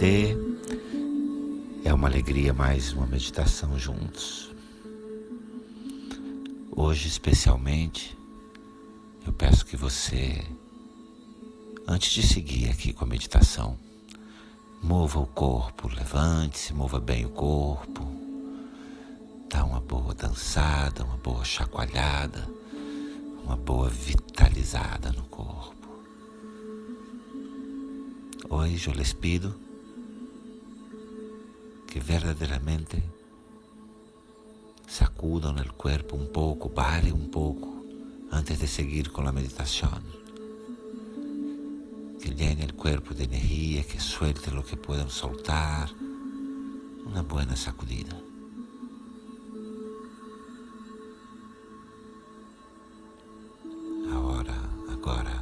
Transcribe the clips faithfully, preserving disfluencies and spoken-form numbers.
Namastê. É uma alegria mais uma meditação juntos. Hoje, especialmente, eu peço que você, antes de seguir aqui com a meditação, mova o corpo, levante-se, mova bem o corpo, dá uma boa dançada, uma boa chacoalhada, uma boa vitalizada no corpo. Hoje eu les pido que verdadeiramente sacudam o corpo um pouco, pare um pouco antes de seguir com a meditação. Que llene o corpo de energia, que suelte lo que puedan soltar, uma boa sacudida. Agora, agora,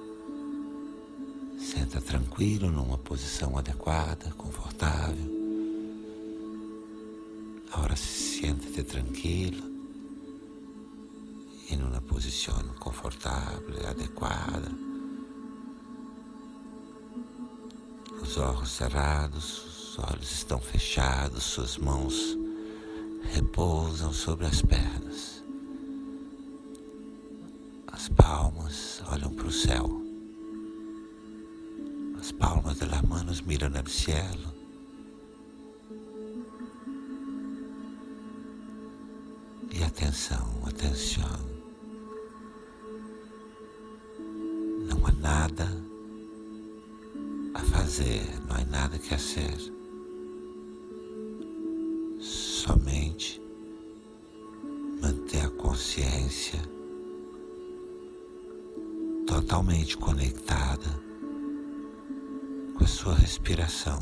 senta tranquilo numa posição adequada, confortável. Agora siéntate tranquilo em uma posição confortável, adequada. Os olhos cerrados, os olhos estão fechados, suas mãos repousam sobre as pernas. As palmas olham para o céu. As palmas das manos miram ao cielo. E atenção, atenção. Não há nada a fazer, não há nada que fazer. Somente manter a consciência totalmente conectada com a sua respiração.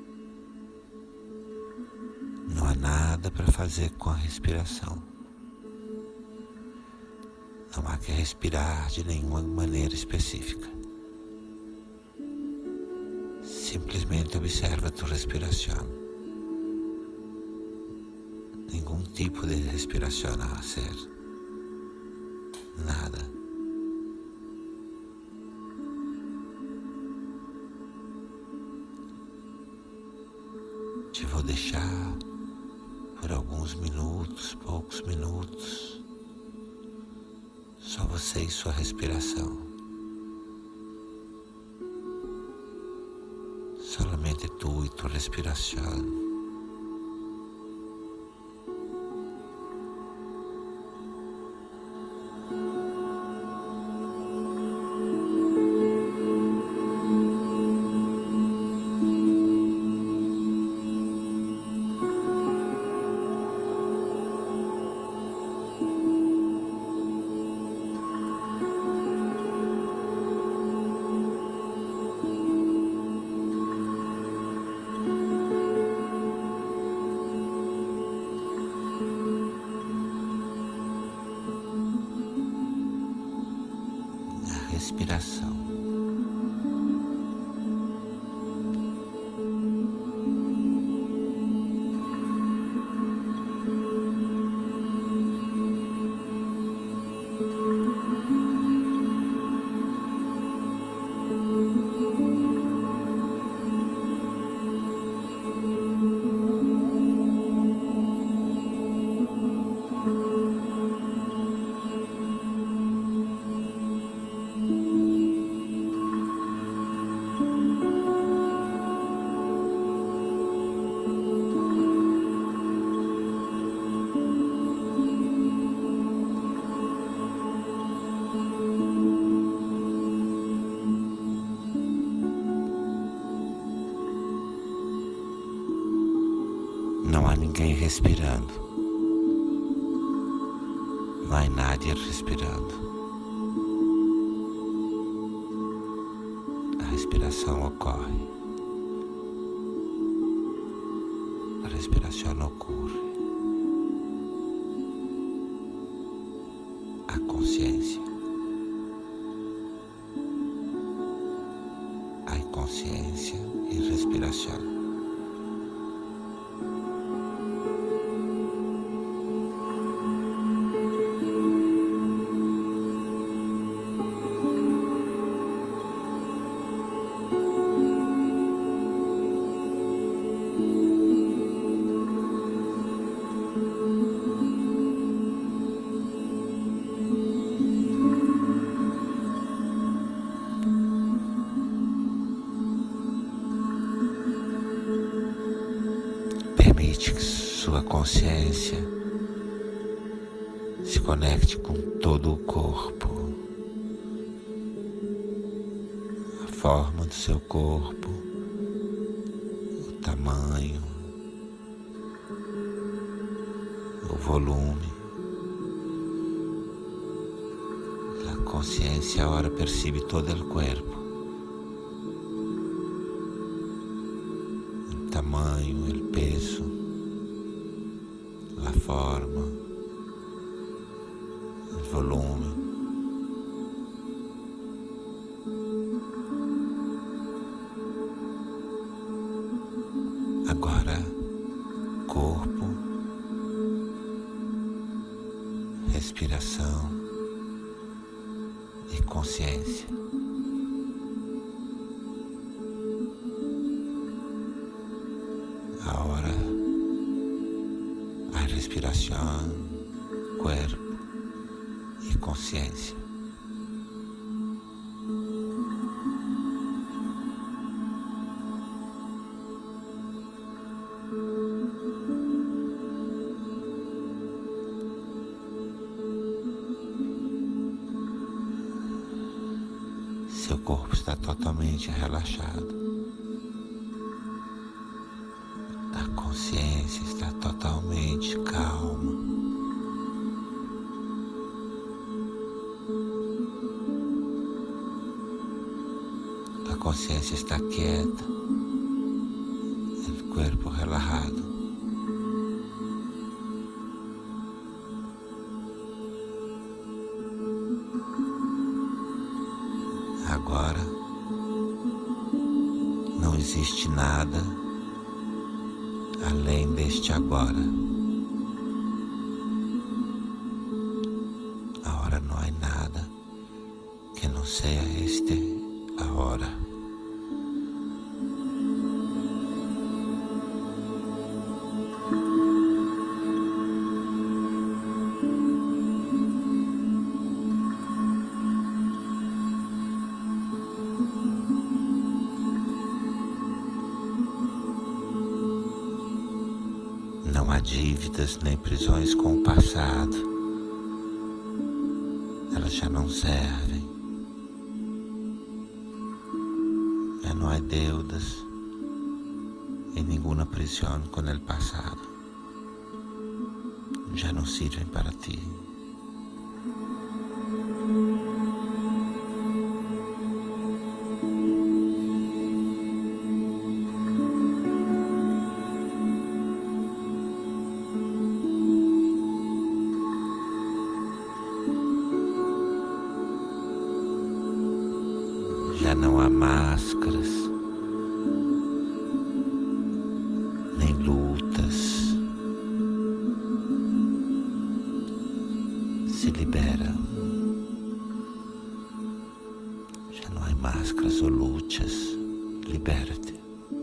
Não há nada para fazer com a respiração. Não há que respirar de nenhuma maneira específica. Simplesmente observa a tua respiração. Nenhum tipo de respiração a fazer. Nada. Te vou deixar por alguns minutos, poucos minutos, só você e sua respiração. Solamente tu e tua respiração. Respiração. Não há ninguém respirando. Não há nadie respirando. A respiração ocorre. A respiração ocorre. A consciência. Há consciência e respiração. consciência se conecte com todo o corpo, a forma do seu corpo, o tamanho, o volume. A consciência agora percebe todo o corpo, o tamanho, o peso, a forma, o volume. Agora, corpo, respiração e consciência. Agora, a respiração, corpo e consciência. Seu corpo está totalmente relaxado. A consciência está totalmente calma. A consciência está quieta. O corpo relajado. Agora não existe nada além deste agora. Agora não há nada que não seja este agora. Não há dívidas nem prisões com o passado. Elas já não servem. Já não há deudas e nenhuma prisão com o passado. Já não servem para ti. Já não há máscaras, nem lutas. Se libera. Já não há máscaras ou lutas. Libera-te.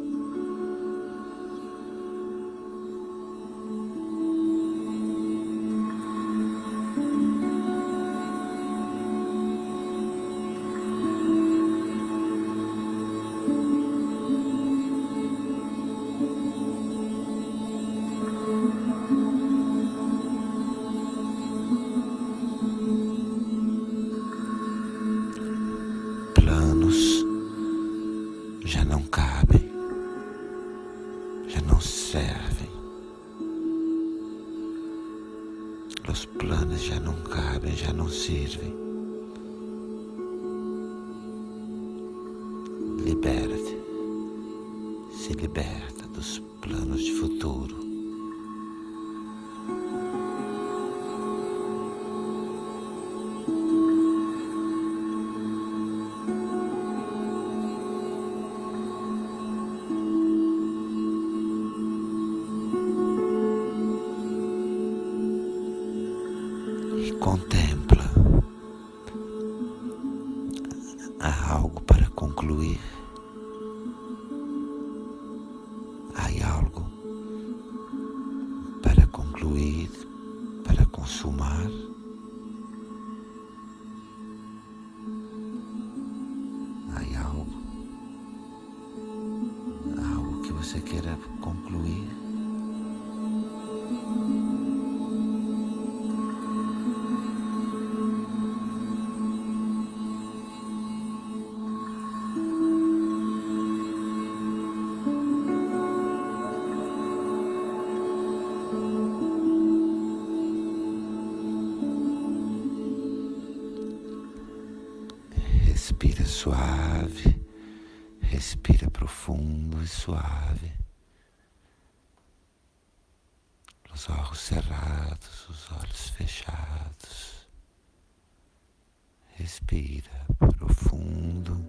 Já não cabem, já não servem. Os planos já não cabem, já não servem. Libera-te, se liberta dos planos de futuro. Contempla. Há algo para concluir. Há algo para concluir, para consumar. Há algo. Há algo que você queira concluir. Respira suave, respira profundo e suave. Os olhos cerrados, os olhos fechados. Respira profundo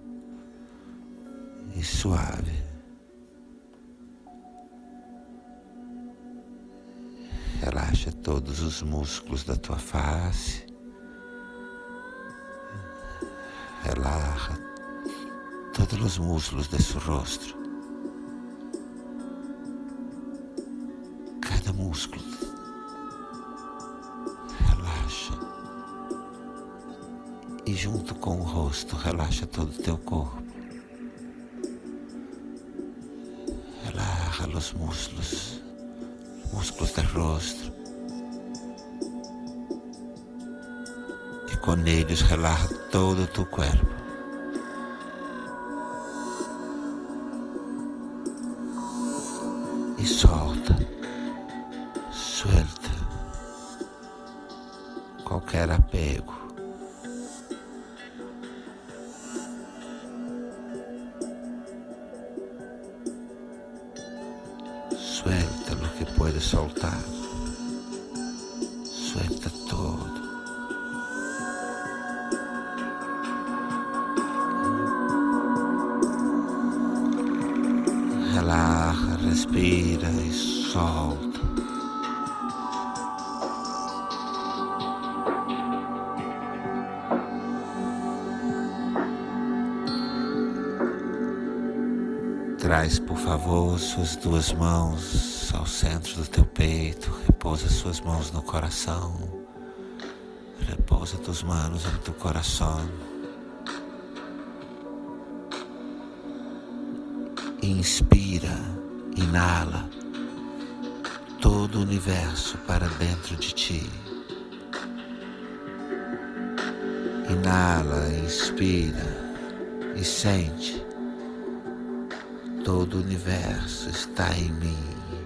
e suave. Relaxa todos os músculos da tua face. Relaxa todos os músculos de seu rosto. Cada músculo. Relaxa. E junto com o rosto, relaxa todo o teu corpo. Relaxa os músculos. Músculos do rosto, e com eles relaxa todo o teu corpo. E solta, suelta qualquer apego. Suelta lo que pode soltar. Suelta todo. Relaxa, respira e solta. Traz, por favor, suas duas mãos ao centro do teu peito. Repousa suas mãos no coração. Repousa tuas mãos no teu coração. Inspira, inala todo o universo para dentro de ti. Inala, inspira e sente. Todo o universo está em mim.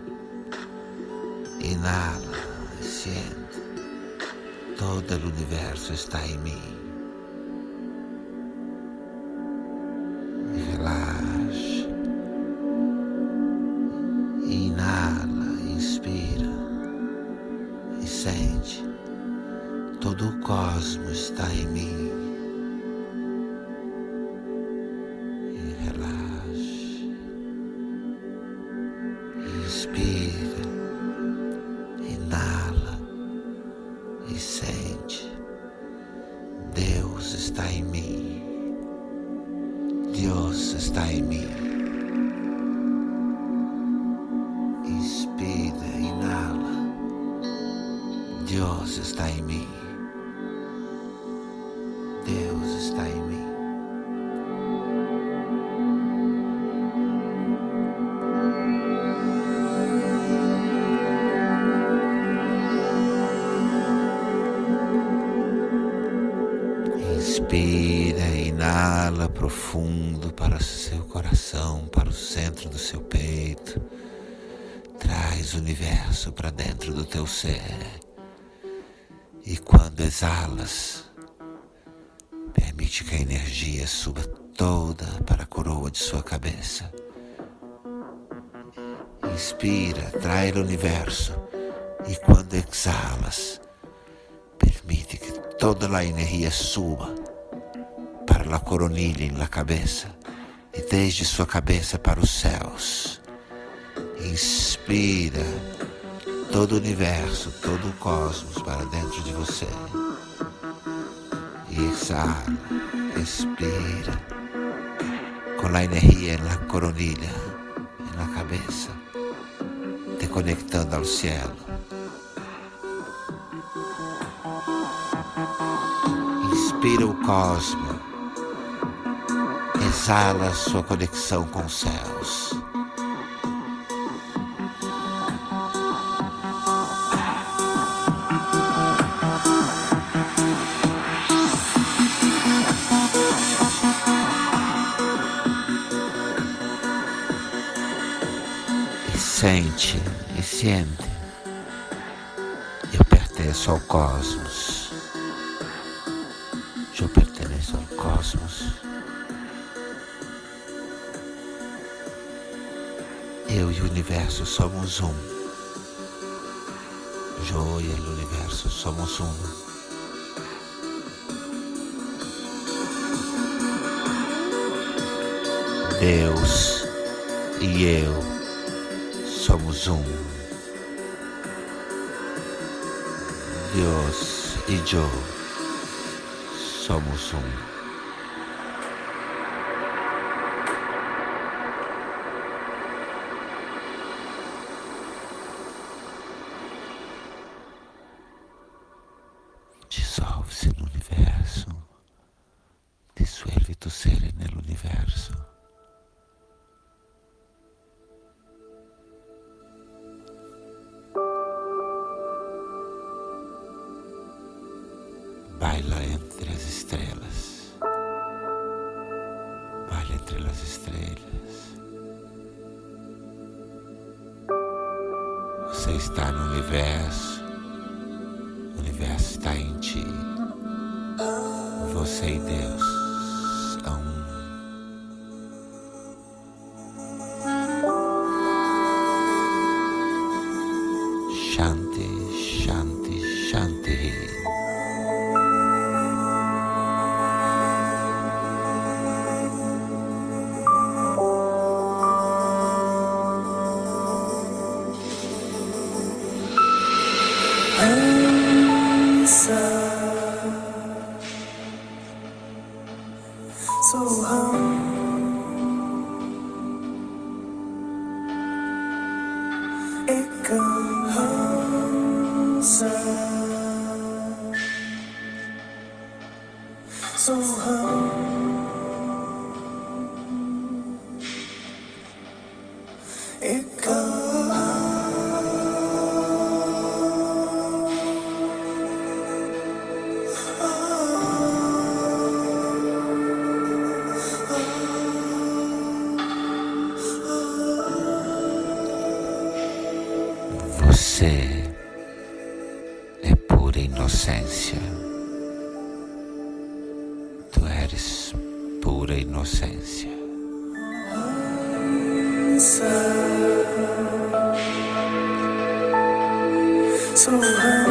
Inala e sente. Todo o universo está em mim. E relaxa. Inala, inspira e sente. Todo o cosmos está em mim. E relaxa. Inspira, inala e sente. Deus está em mim. Deus está em mim. Inspira, inala. Deus está em mim. Deus está em mim. Inspira, inala profundo para o seu coração, para o centro do seu peito. Traz o universo para dentro do teu ser. E quando exalas, permite que a energia suba toda para a coroa de sua cabeça. Inspira, traz o universo. E quando exalas, permite que toda a energia suba para a coronilha na cabeça e desde sua cabeça para os céus. Inspira todo o universo, todo o cosmos para dentro de você. E exala, expira com a energia na coronilha e na cabeça, te conectando ao cielo. Inspira o cosmos, exala sua conexão com os céus. E sente e sente. Eu pertenço ao cosmos. Eu pertenço pertenço ao cosmos. Eu e o universo somos um. Eu e o universo somos um. Deus e eu somos um. Deus e eu somos um. Dissolve-se no universo, disuelve tu ser nel universo. Baila entre as estrelas, baila entre as estrelas. Você está no universo, o universo está em ti. Você e Deus são um. Shanti, Shanti, Shanti. So hum, ek hamsa. So hum, ek Você é pura inocência. Tu eres pura inocência. so hum.